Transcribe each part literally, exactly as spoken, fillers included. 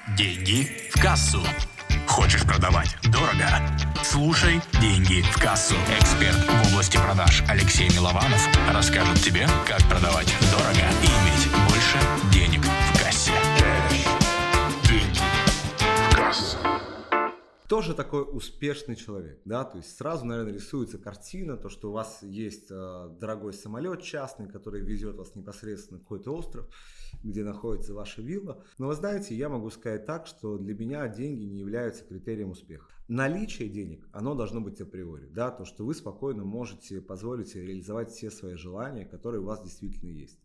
Деньги в кассу. Хочешь продавать дорого? Слушай «Деньги в кассу». Эксперт в области продаж Алексей Милованов расскажет тебе, как продавать дорого и иметь больше денег в кассе. Деньги в кассу. Кто же такой успешный человек? Да? То есть сразу, наверное, рисуется картина, то, что у вас есть э, дорогой самолет частный, который везет вас непосредственно на какой-то остров, где находится ваша вилла. Но вы знаете, я могу сказать так, что для меня деньги не являются критерием успеха. Наличие денег, оно должно быть априори. Да? То, что вы спокойно можете позволить себе реализовать все свои желания, которые у вас действительно есть.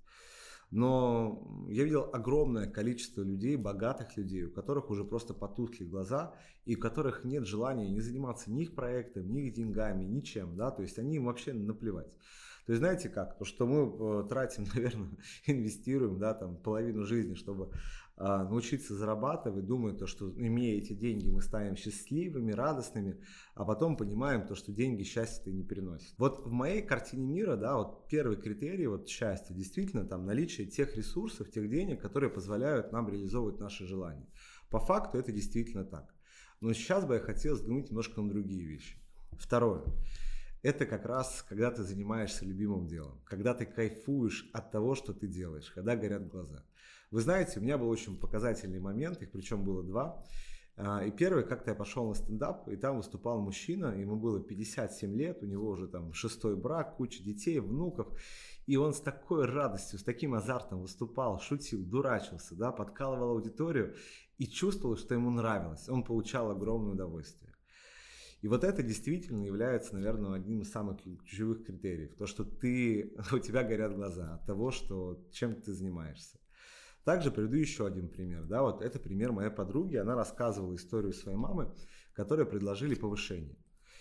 Но я видел огромное количество людей, богатых людей, у которых уже просто потухли глаза, и у которых нет желания не заниматься ни их проектом, ни их деньгами, ничем, да, то есть они им вообще наплевать. То есть знаете как, то что мы тратим, наверное, инвестируем, да, там половину жизни, чтобы а, научиться зарабатывать, думая то, что имея эти деньги мы станем счастливыми, радостными, а потом понимаем то, что деньги счастья-то не переносят. Вот в моей картине мира, да, вот первый критерий вот счастья, действительно там наличие тех ресурсов, тех денег, которые позволяют нам реализовывать наши желания. По факту это действительно так. Но сейчас бы я хотел взглянуть немножко на другие вещи. Второе. Это как раз, когда ты занимаешься любимым делом, когда ты кайфуешь от того, что ты делаешь, когда горят глаза. Вы знаете, у меня был очень показательный момент, их причем было два. И первый, как-то я пошел на стендап, и там выступал мужчина, ему было пятьдесят семь лет, у него уже там шестой брак, куча детей, внуков. И он с такой радостью, с таким азартом выступал, шутил, дурачился, да, подкалывал аудиторию и чувствовал, что ему нравилось. Он получал огромное удовольствие. И вот это действительно является, наверное, одним из самых ключевых критериев. То, что ты, у тебя горят глаза от того, что, чем ты занимаешься. Также приведу еще один пример. Да, вот это пример моей подруги. Она рассказывала историю своей мамы, которой предложили повышение.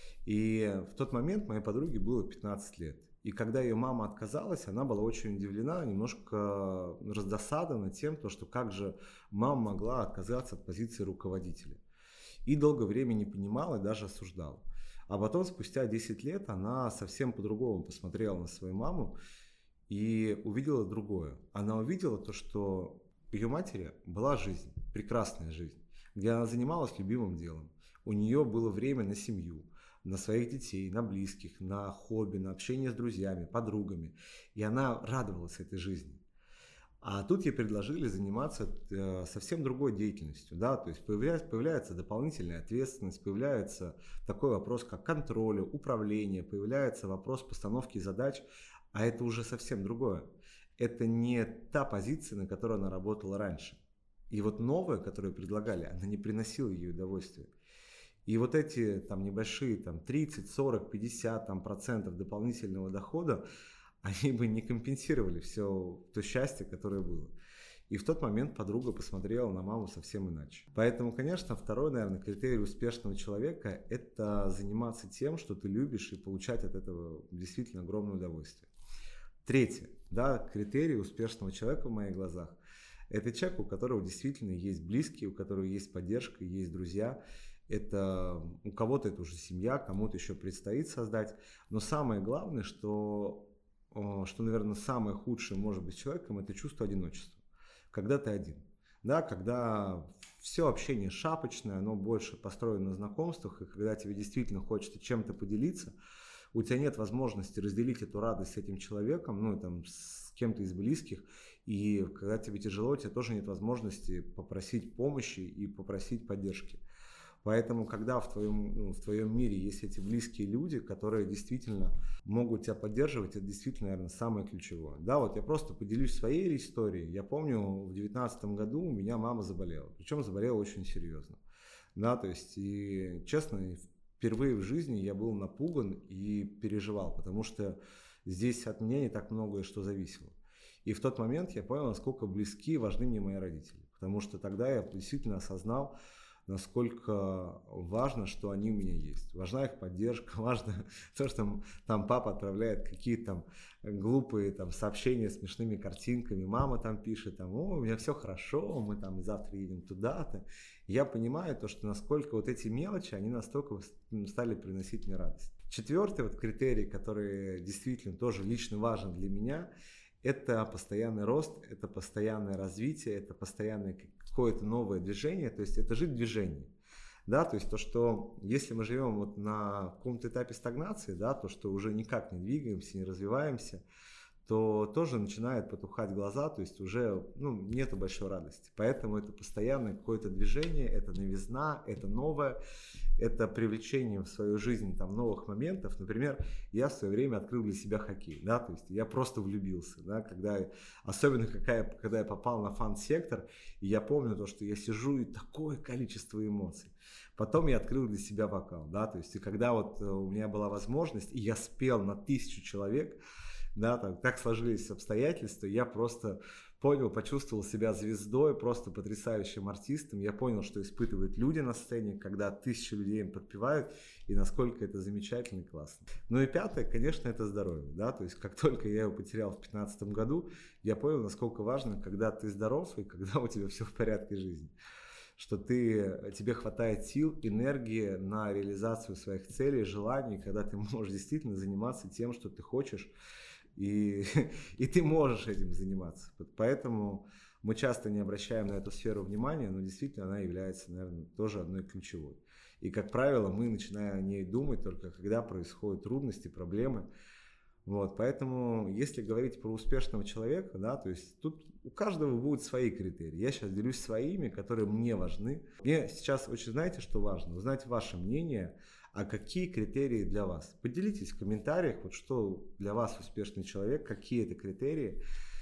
И в тот момент моей подруге было пятнадцать лет. И когда ее мама отказалась, она была очень удивлена, немножко раздосадована тем, что как же мама могла отказаться от позиции руководителя. И долгое время не понимала и даже осуждала. А потом, спустя десять лет, она совсем по-другому посмотрела на свою маму и увидела другое. Она увидела то, что у ее матери была жизнь, прекрасная жизнь, где она занималась любимым делом. У нее было время на семью, на своих детей, на близких, на хобби, на общение с друзьями, подругами. И она радовалась этой жизни. А тут ей предложили заниматься э, совсем другой деятельностью, да, то есть появляется, появляется дополнительная ответственность, появляется такой вопрос, как контроль, управление, появляется вопрос постановки задач, а это уже совсем другое. Это не та позиция, на которой она работала раньше. И вот новое, которое предлагали, она не приносила ей удовольствия. И вот эти там небольшие там, тридцать, сорок, пятьдесят там, процентов дополнительного дохода, они бы не компенсировали все то счастье, которое было. И в тот момент подруга посмотрела на маму совсем иначе. Поэтому, конечно, второй, наверное, критерий успешного человека – это заниматься тем, что ты любишь, и получать от этого действительно огромное удовольствие. Третье, да, критерий успешного человека в моих глазах – это человек, у которого действительно есть близкие, у которого есть поддержка, есть друзья. Это у кого-то это уже семья, кому-то еще предстоит создать. Но самое главное, что что, наверное, самое худшее может быть с человеком, это чувство одиночества. Когда ты один. Да, когда все общение шапочное, оно больше построено на знакомствах, и когда тебе действительно хочется чем-то поделиться, у тебя нет возможности разделить эту радость с этим человеком, ну, там, с кем-то из близких, и когда тебе тяжело, у тебя тоже нет возможности попросить помощи и попросить поддержки. Поэтому, когда в твоем, ну, в твоем мире есть эти близкие люди, которые действительно могут тебя поддерживать, это действительно, наверное, самое ключевое. Да, вот я просто поделюсь своей историей. Я помню, в две тысячи девятнадцатом году у меня мама заболела, причем заболела очень серьезно. Да, то есть, и честно, впервые в жизни я был напуган и переживал, потому что здесь от меня не так многое что зависело. И в тот момент я понял, насколько близки и важны мне мои родители, потому что тогда я действительно осознал, насколько важно, что они у меня есть. Важна их поддержка, важно то, что там папа отправляет какие-то там глупые там сообщения с смешными картинками, мама там пишет, там, о, у меня все хорошо, мы там завтра едем туда-то. Я понимаю то, что насколько вот эти мелочи, они настолько стали приносить мне радость. Четвертый вот критерий, который действительно тоже лично важен для меня, это постоянный рост, это постоянное развитие, это постоянное какое-то новое движение, то есть это жить в движении. Да, то есть то, что если мы живем вот на каком-то этапе стагнации, да, то, что уже никак не двигаемся, не развиваемся, то тоже начинает потухать глаза, то есть уже ну, нету большой радости. Поэтому это постоянное какое-то движение, это новизна, это новое, это привлечение в свою жизнь там, новых моментов. Например, я в свое время открыл для себя хоккей, да, то есть я просто влюбился, да, когда, особенно какая, когда я попал на фан-сектор, и я помню то, что я сижу и такое количество эмоций. Потом я открыл для себя вокал, да, то есть и когда вот у меня была возможность, и я спел на тысячу человек, да, так, так сложились обстоятельства, я просто понял, почувствовал себя звездой, просто потрясающим артистом. Я понял, что испытывают люди на сцене, когда тысячи людей им подпевают, и насколько это замечательно и классно. Ну и пятое, конечно, это здоровье, да, то есть как только я его потерял в две тысячи пятнадцатом году, я понял, насколько важно, когда ты здоров и когда у тебя все в порядке жизни, что ты, тебе хватает сил, энергии на реализацию своих целей, желаний, когда ты можешь действительно заниматься тем, что ты хочешь, и, и ты можешь этим заниматься. Поэтому мы часто не обращаем на эту сферу внимания, но действительно она является, наверное, тоже одной ключевой. И, как правило, мы начинаем о ней думать только когда происходят трудности, проблемы. Вот, поэтому, если говорить про успешного человека, да, то есть тут у каждого будут свои критерии. Я сейчас делюсь своими, которые мне важны. Мне сейчас очень, знаете, что важно? Узнать ваше мнение, а какие критерии для вас. Поделитесь в комментариях, вот что для вас успешный человек, какие это критерии.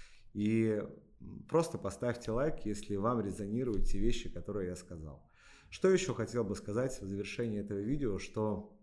И просто поставьте лайк, если вам резонируют те вещи, которые я сказал. Что еще хотел бы сказать в завершении этого видео, что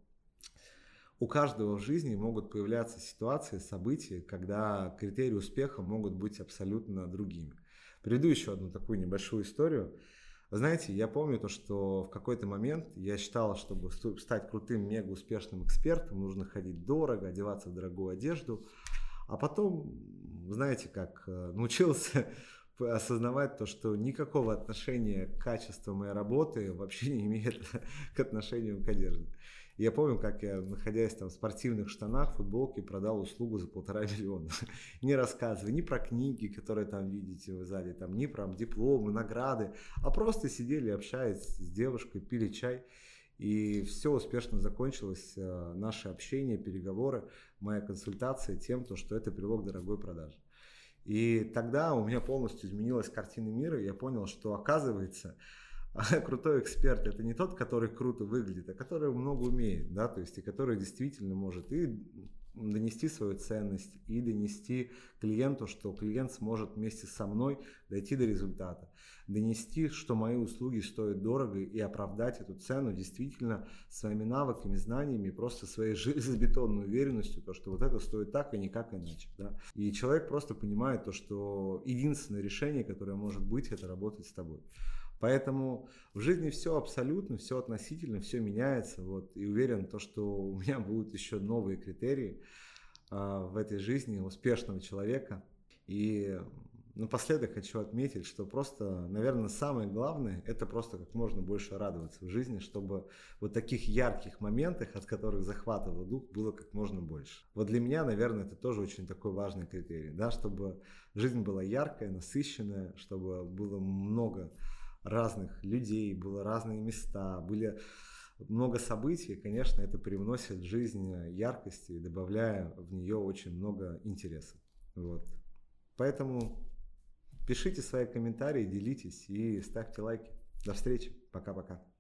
у каждого в жизни могут появляться ситуации, события, когда критерии успеха могут быть абсолютно другими. Приведу еще одну такую небольшую историю. Вы знаете, я помню то, что в какой-то момент я считал, чтобы стать крутым, мега успешным экспертом, нужно ходить дорого, одеваться в дорогую одежду. А потом, знаете, как научился осознавать то, что никакого отношения к качеству моей работы вообще не имеет к отношению к одежде. Я помню, как я, находясь там в спортивных штанах, футболке, продал услугу за полтора миллиона. Не рассказывая ни про книги, которые там видите вы сзади, там, ни про дипломы, награды, а просто сидели, общаясь с девушкой, пили чай. И все успешно закончилось, наше общение, переговоры, моя консультация тем, что это привело к дорогой продаже. И тогда у меня полностью изменилась картина мира, и я понял, что оказывается, крутой эксперт — это не тот, который круто выглядит, а который много умеет, да, то есть и который действительно может и донести свою ценность, и донести клиенту, что клиент сможет вместе со мной дойти до результата, донести, что мои услуги стоят дорого, и оправдать эту цену действительно своими навыками, знаниями, просто своей железобетонной уверенностью, то, что вот это стоит так и никак иначе, да. И человек просто понимает то, что единственное решение, которое может быть, это работать с тобой. Поэтому в жизни все абсолютно, все относительно, все меняется. Вот, и уверен, то, что у меня будут еще новые критерии а, в этой жизни успешного человека. И напоследок хочу отметить, что просто, наверное, самое главное — это просто как можно больше радоваться в жизни, чтобы вот таких ярких моментов, от которых захватывал дух, было как можно больше. Вот для меня, наверное, это тоже очень такой важный критерий, да, чтобы жизнь была яркая, насыщенная, чтобы было много разных людей, было разные места, были много событий, и, конечно, это привносит в жизнь яркости, добавляя в нее очень много интереса. Вот. Поэтому пишите свои комментарии, делитесь и ставьте лайки. До встречи. Пока-пока.